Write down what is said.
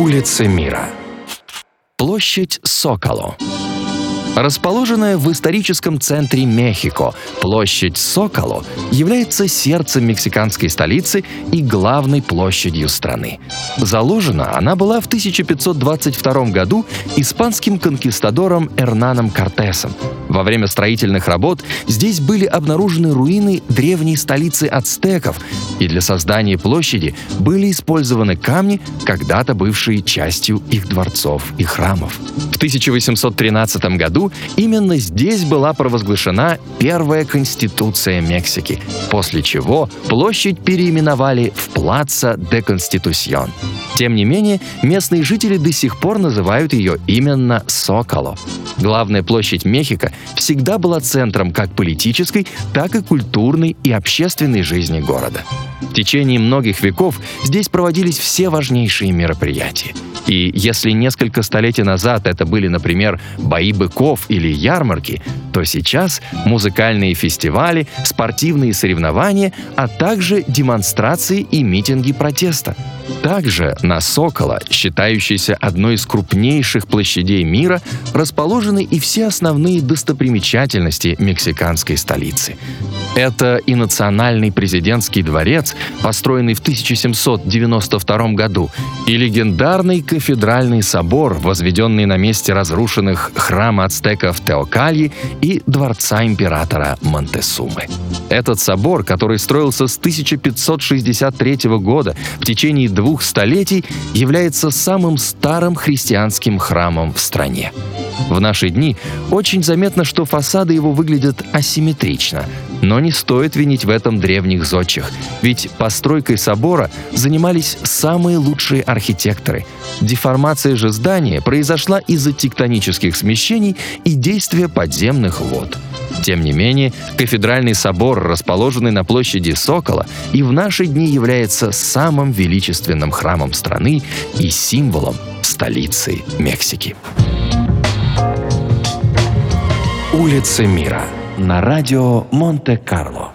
Улицы мира. Площадь Зócalo. Расположенная в историческом центре Мехико, площадь Зócalo является сердцем мексиканской столицы и главной площадью страны. Заложена она была в 1522 году испанским конкистадором Эрнаном Кортесом. Во время строительных работ здесь были обнаружены руины древней столицы ацтеков, и для создания площади были использованы камни, когда-то бывшие частью их дворцов и храмов. В 1813 году именно здесь была провозглашена первая конституция Мексики, после чего площадь переименовали в Плаца де Конституción. Тем не менее, местные жители до сих пор называют ее именно Зócalo. Главная площадь Мехико всегда была центром как политической, так и культурной и общественной жизни города. В течение многих веков здесь проводились все важнейшие мероприятия. И если несколько столетий назад это были, например, бои быков или ярмарки, то сейчас музыкальные фестивали, спортивные соревнования, а также демонстрации и митинги протеста. Также на Зócalo, считающейся одной из крупнейших площадей мира, расположены и все основные достопримечательности мексиканской столицы. Это и Национальный президентский дворец, построенный в 1792 году, и легендарный кафедральный собор, возведенный на месте разрушенных храма ацтеков Теокальи и дворца императора Монтесумы. Этот собор, который строился с 1563 года в течение 2 столетий, является самым старым христианским храмом в стране. В наши дни очень заметно, что фасады его выглядят асимметрично, но не стоит винить в этом древних зодчих, ведь постройкой собора занимались самые лучшие архитекторы. Деформация же здания произошла из-за тектонических смещений и действия подземных вод. Тем не менее, кафедральный собор, расположенный на площади Зócalo, и в наши дни является самым величественным храмом страны и символом столицы Мексики. Улицы мира на радио Монте-Карло.